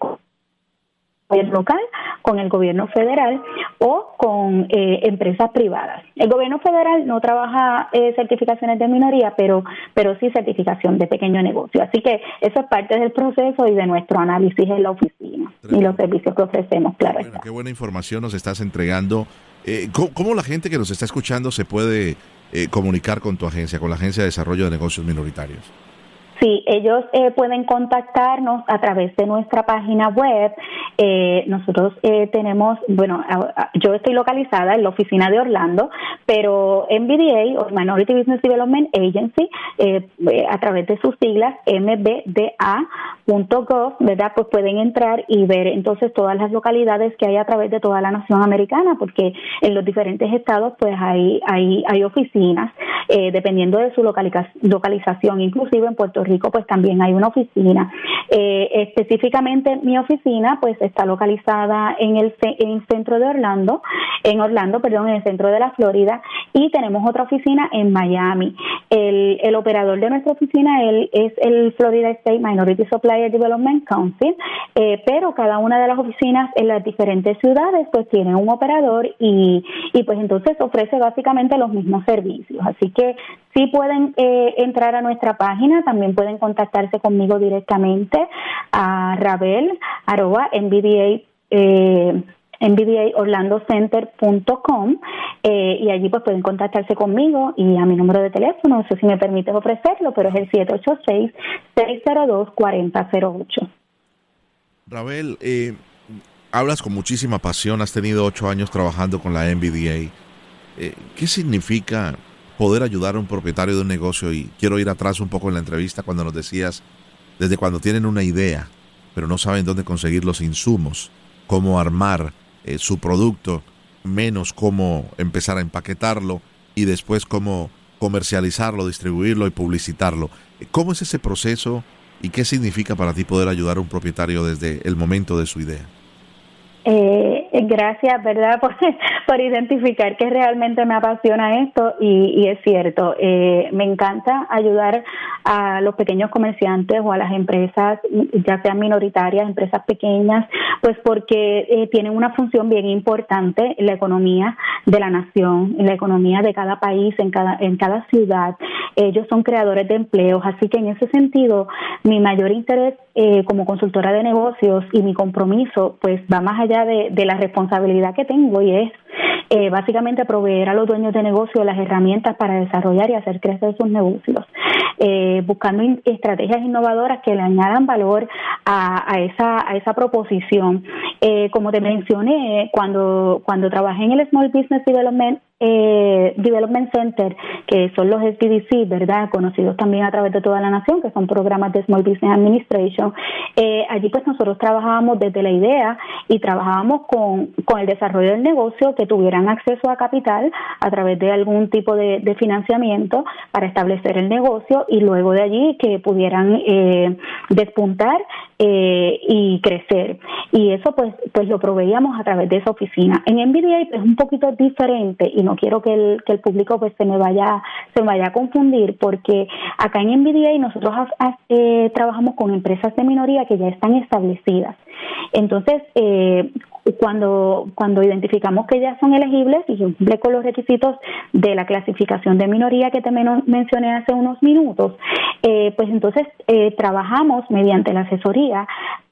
gobierno local, con el gobierno federal o con eh, empresas privadas. El gobierno federal no trabaja eh, certificaciones de minoría, pero pero sí certificación de pequeño negocio. Así que eso es parte del proceso y de nuestro análisis en la oficina. Tremendo. Y los servicios que ofrecemos, claro. Bueno, qué buena información nos estás entregando. Eh, ¿cómo, ¿Cómo la gente que nos está escuchando se puede eh, comunicar con tu agencia, con la Agencia de Desarrollo de Negocios Minoritarios? Sí, ellos eh, pueden contactarnos a través de nuestra página web. Eh, nosotros eh, tenemos, bueno, a, a, yo estoy localizada en la oficina de Orlando, pero M B D A, o Minority Business Development Agency, eh, eh, a través de sus siglas, M B D A punto gov, ¿verdad? Pues pueden entrar y ver entonces todas las localidades que hay a través de toda la nación americana, porque en los diferentes estados pues hay, hay, hay oficinas, eh, dependiendo de su localiza- localización, inclusive en Puerto Rico Rico, pues también hay una oficina. Eh, específicamente mi oficina, pues está localizada en el, en el centro de Orlando, en Orlando, perdón, en el centro de la Florida, y tenemos otra oficina en Miami. El, el operador de nuestra oficina él, es el Florida State Minority Supplier Development Council, eh, pero cada una de las oficinas en las diferentes ciudades, pues tiene un operador y, y pues entonces ofrece básicamente los mismos servicios. Así que sí pueden eh, entrar a nuestra página, también pueden contactarse conmigo directamente a Rabel arroba M B D A eh, M B D A orlando center punto com eh, y allí pues pueden contactarse conmigo y a mi número de teléfono, no sé si me permites ofrecerlo, pero es el siete ocho seis, seis cero dos, cuatro cero cero ocho. Rabel, eh, hablas con muchísima pasión, has tenido ocho años trabajando con la M B D A. Eh, ¿Qué significa poder ayudar a un propietario de un negocio? Y quiero ir atrás un poco en la entrevista cuando nos decías, desde cuando tienen una idea, pero no saben dónde conseguir los insumos, cómo armar eh, su producto, menos cómo empezar a empaquetarlo y después cómo comercializarlo, distribuirlo y publicitarlo. ¿Cómo es ese proceso y qué significa para ti poder ayudar a un propietario desde el momento de su idea? Eh, gracias, ¿verdad?, por, por identificar que realmente me apasiona esto y, y es cierto, eh, me encanta ayudar a los pequeños comerciantes o a las empresas, ya sean minoritarias, empresas pequeñas, Pues porque eh, tienen una función bien importante en la economía de la nación, en la economía de cada país, en cada, en cada ciudad. Ellos son creadores de empleos, así que en ese sentido, mi mayor interés eh, como consultora de negocios y mi compromiso, pues va más allá de, de la responsabilidad que tengo, y es eh, básicamente proveer a los dueños de negocio las herramientas para desarrollar y hacer crecer sus negocios, eh, buscando in- estrategias innovadoras que le añadan valor a, a esa a esa proposición. Eh, como te mencioné, cuando cuando trabajé en el Small Business Development Eh, Development Center, que son los S B D C, ¿verdad?, conocidos también a través de toda la nación, que son programas de Small Business Administration. Eh, allí pues nosotros trabajábamos desde la idea y trabajábamos con, con el desarrollo del negocio, que tuvieran acceso a capital a través de algún tipo de, de financiamiento para establecer el negocio, y luego de allí que pudieran eh, despuntar eh, y crecer. Y eso pues pues lo proveíamos a través de esa oficina. En M B D A es un poquito diferente, y no quiero que el que el público pues se me vaya se me vaya a confundir, porque acá en M B D A nosotros eh, trabajamos con empresas de minoría que ya están establecidas. Entonces, eh, cuando cuando identificamos que ya son elegibles y cumplen con los requisitos de la clasificación de minoría que también mencioné hace unos minutos, eh, pues entonces eh, trabajamos mediante la asesoría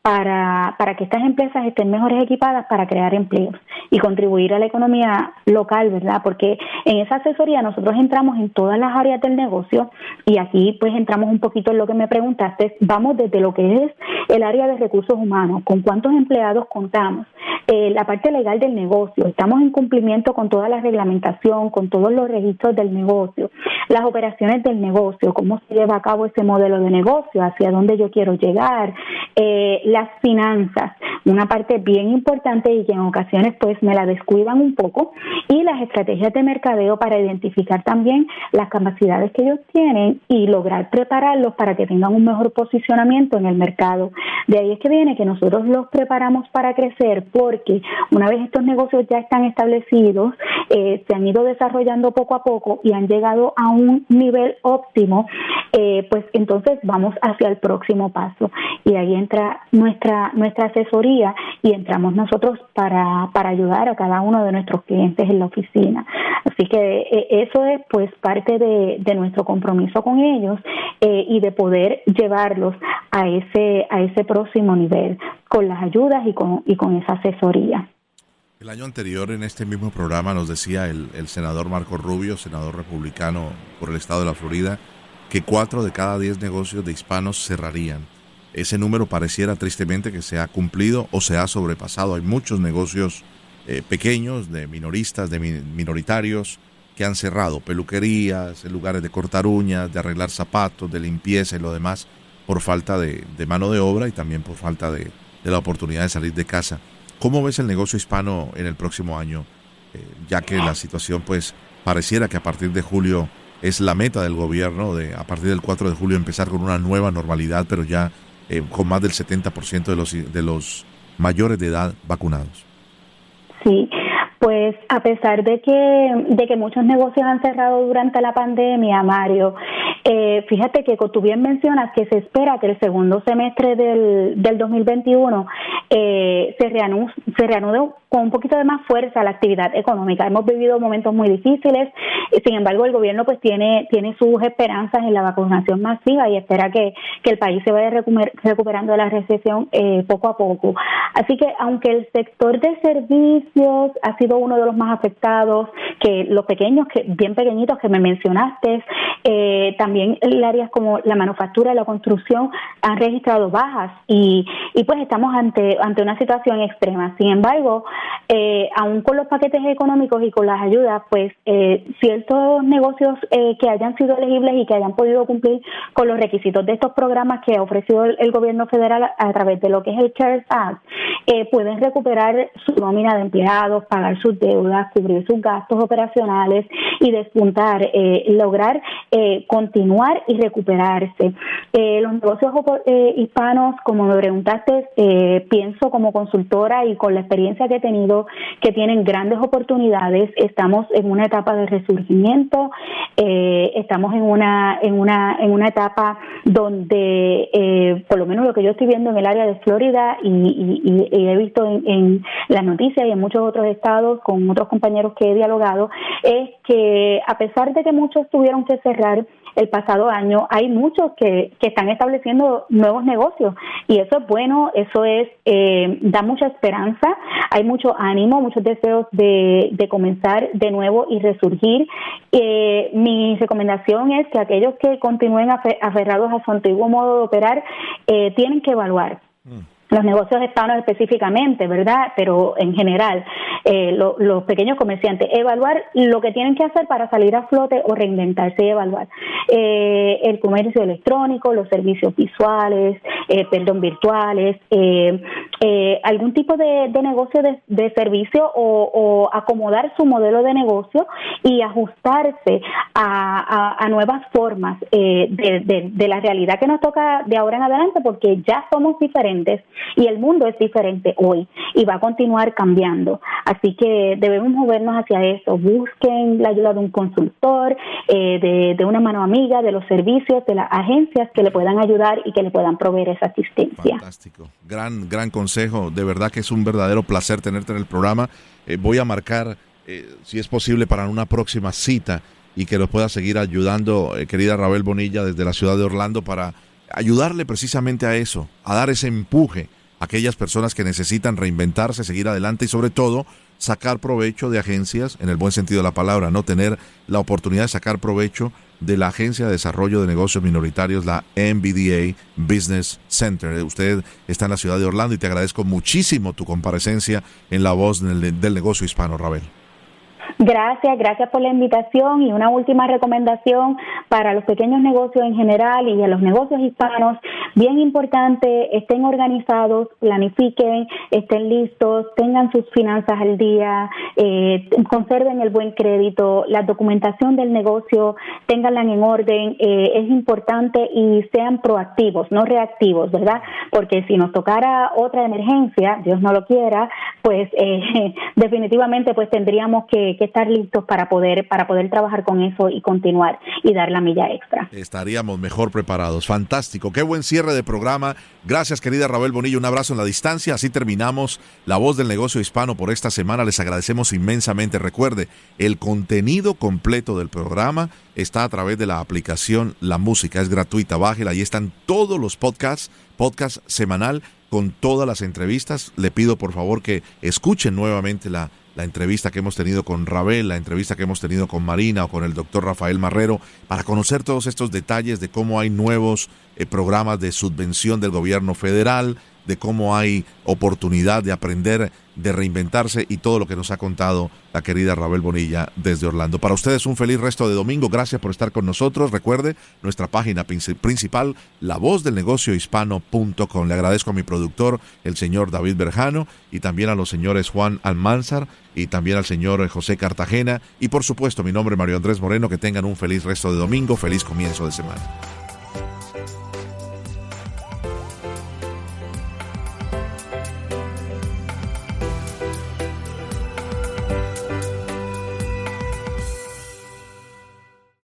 para para que estas empresas estén mejores equipadas para crear empleos y contribuir a la economía local, ¿verdad? Porque en esa asesoría nosotros entramos en todas las áreas del negocio, y aquí pues entramos un poquito en lo que me preguntaste. Vamos desde lo que es el área de recursos humanos, con cuántos empleados contamos, eh, la parte legal del negocio, estamos en cumplimiento con toda la reglamentación, con todos los registros del negocio, las operaciones del negocio, cómo se lleva a cabo ese modelo de negocio, hacia dónde yo quiero llegar, eh, las finanzas, una parte bien importante y que en ocasiones pues me la descuidan un poco, y las estrategias de mercadeo para identificar también las capacidades que ellos tienen y lograr prepararlos para que tengan un mejor posicionamiento en el mercado. De ahí es que viene que nosotros los preparamos para crecer, porque una vez estos negocios ya están establecidos, eh, se han ido desarrollando poco a poco y han llegado a un nivel óptimo, eh, pues entonces vamos hacia el próximo paso, y ahí entra nuestra nuestra asesoría, y entramos nosotros para para ayudar a cada uno de nuestros clientes en la oficina. Así que eh, eso es pues parte de, de nuestro compromiso con ellos, eh, y de poder llevarlos a ese a ese próximo nivel con las ayudas y con y con esa asesoría. El año anterior en este mismo programa nos decía el, el senador Marco Rubio, senador republicano por el estado de la Florida, que cuatro de cada diez negocios de hispanos cerrarían. Ese número pareciera tristemente que se ha cumplido o se ha sobrepasado. Hay muchos negocios eh, pequeños, de minoristas, de mi, minoritarios, que han cerrado, peluquerías, lugares de cortar uñas, de arreglar zapatos, de limpieza y lo demás, por falta de, de mano de obra y también por falta de, de la oportunidad de salir de casa. ¿Cómo ves el negocio hispano en el próximo año? Eh, ya que la situación pues pareciera que a partir de julio es la meta del gobierno, de a partir del cuatro de julio empezar con una nueva normalidad, pero ya eh, con más del setenta por ciento de los, de los mayores de edad vacunados. Sí, pues a pesar de que de que muchos negocios han cerrado durante la pandemia, Mario, eh, fíjate que tú bien mencionas que se espera que el segundo semestre del, del dos mil veintiuno eh, se reanude, se reanude con un poquito de más fuerza la actividad económica. Hemos vivido momentos muy difíciles, sin embargo el gobierno pues tiene tiene sus esperanzas en la vacunación masiva y espera que, que el país se vaya recuper, recuperando de la recesión eh, poco a poco. Así que aunque el sector de servicios ha sido uno de los más afectados, que los pequeños, que bien pequeñitos que me mencionaste, eh, también en áreas como la manufactura y la construcción han registrado bajas y, y pues estamos ante, ante una situación extrema. Sin embargo, Eh, aún con los paquetes económicos y con las ayudas, pues eh, ciertos negocios eh, que hayan sido elegibles y que hayan podido cumplir con los requisitos de estos programas que ha ofrecido el, el gobierno federal a, a través de lo que es el CARES Act, eh, pueden recuperar su nómina de empleados, pagar sus deudas, cubrir sus gastos operacionales y despuntar, eh, lograr eh, continuar y recuperarse. Eh, los negocios eh, hispanos, como me preguntaste, eh, pienso como consultora y con la experiencia que he tenido, que tienen grandes oportunidades. Estamos en una etapa de resurgimiento, eh, estamos en una en una en una etapa donde eh, por lo menos lo que yo estoy viendo en el área de Florida y, y, y he visto en, en las noticias y en muchos otros estados con otros compañeros que he dialogado, es que a pesar de que muchos tuvieron que cerrar el pasado año, hay muchos que, que están estableciendo nuevos negocios y eso es bueno, eso es eh, da mucha esperanza, hay mucho ánimo, muchos deseos de, de comenzar de nuevo y resurgir. Eh, mi recomendación es que aquellos que continúen aferrados a su antiguo modo de operar eh, tienen que evaluar. Mm. Los negocios hispanos específicamente, ¿verdad? Pero en general, eh, lo, los pequeños comerciantes, evaluar lo que tienen que hacer para salir a flote o reinventarse y evaluar. Eh, el comercio electrónico, los servicios visuales, eh, perdón, virtuales, eh, eh, algún tipo de, de negocio de, de servicio o, o acomodar su modelo de negocio y ajustarse a, a, a nuevas formas eh, de, de, de la realidad que nos toca de ahora en adelante, porque ya somos diferentes. Y el mundo es diferente hoy y va a continuar cambiando. Así que debemos movernos hacia eso. Busquen la ayuda de un consultor, eh, de, de una mano amiga, de los servicios, de las agencias que le puedan ayudar y que le puedan proveer esa asistencia. Fantástico. Gran, gran consejo. De verdad que es un verdadero placer tenerte en el programa. Eh, voy a marcar, eh, si es posible, para una próxima cita y que nos pueda seguir ayudando, eh, querida Rabel Bonilla, desde la ciudad de Orlando, para ayudarle precisamente a eso, a dar ese empuje a aquellas personas que necesitan reinventarse, seguir adelante y sobre todo sacar provecho de agencias, en el buen sentido de la palabra, no tener la oportunidad de sacar provecho de la Agencia de Desarrollo de Negocios Minoritarios, la M B D A Business Center. Usted está en la ciudad de Orlando y te agradezco muchísimo tu comparecencia en La Voz del, del Negocio Hispano, Rabel. Gracias, gracias por la invitación y una última recomendación para los pequeños negocios en general y a los negocios hispanos, bien importante, estén organizados, planifiquen, estén listos, tengan sus finanzas al día, eh, conserven el buen crédito, la documentación del negocio, ténganla en orden, eh, es importante y sean proactivos, no reactivos, ¿verdad? Porque si nos tocara otra emergencia, Dios no lo quiera, pues eh, definitivamente pues tendríamos que, que estar listos para poder para poder trabajar con eso y continuar y dar la milla extra. Estaríamos mejor preparados. Fantástico. Qué buen cierre de programa. Gracias, querida Rabel Bonilla. Un abrazo en la distancia. Así terminamos La Voz del Negocio Hispano por esta semana. Les agradecemos inmensamente. Recuerde, el contenido completo del programa está a través de la aplicación La Música. Es gratuita. Bájela. Ahí están todos los podcasts, podcast semanal con todas las entrevistas. Le pido por favor que escuchen nuevamente la la entrevista que hemos tenido con Rabel, la entrevista que hemos tenido con Marina o con el doctor Rafael Marrero, para conocer todos estos detalles de cómo hay nuevos eh, programas de subvención del gobierno federal, de cómo hay oportunidad de aprender, de reinventarse y todo lo que nos ha contado la querida Rabel Bonilla desde Orlando. Para ustedes un feliz resto de domingo. Gracias por estar con nosotros. Recuerde nuestra página principal, la voz del negocio hispano punto com. Le agradezco a mi productor, el señor David Berjano, y también a los señores Juan Almanzar y también al señor José Cartagena. Y por supuesto, mi nombre es Mario Andrés Moreno. Que tengan un feliz resto de domingo. Feliz comienzo de semana.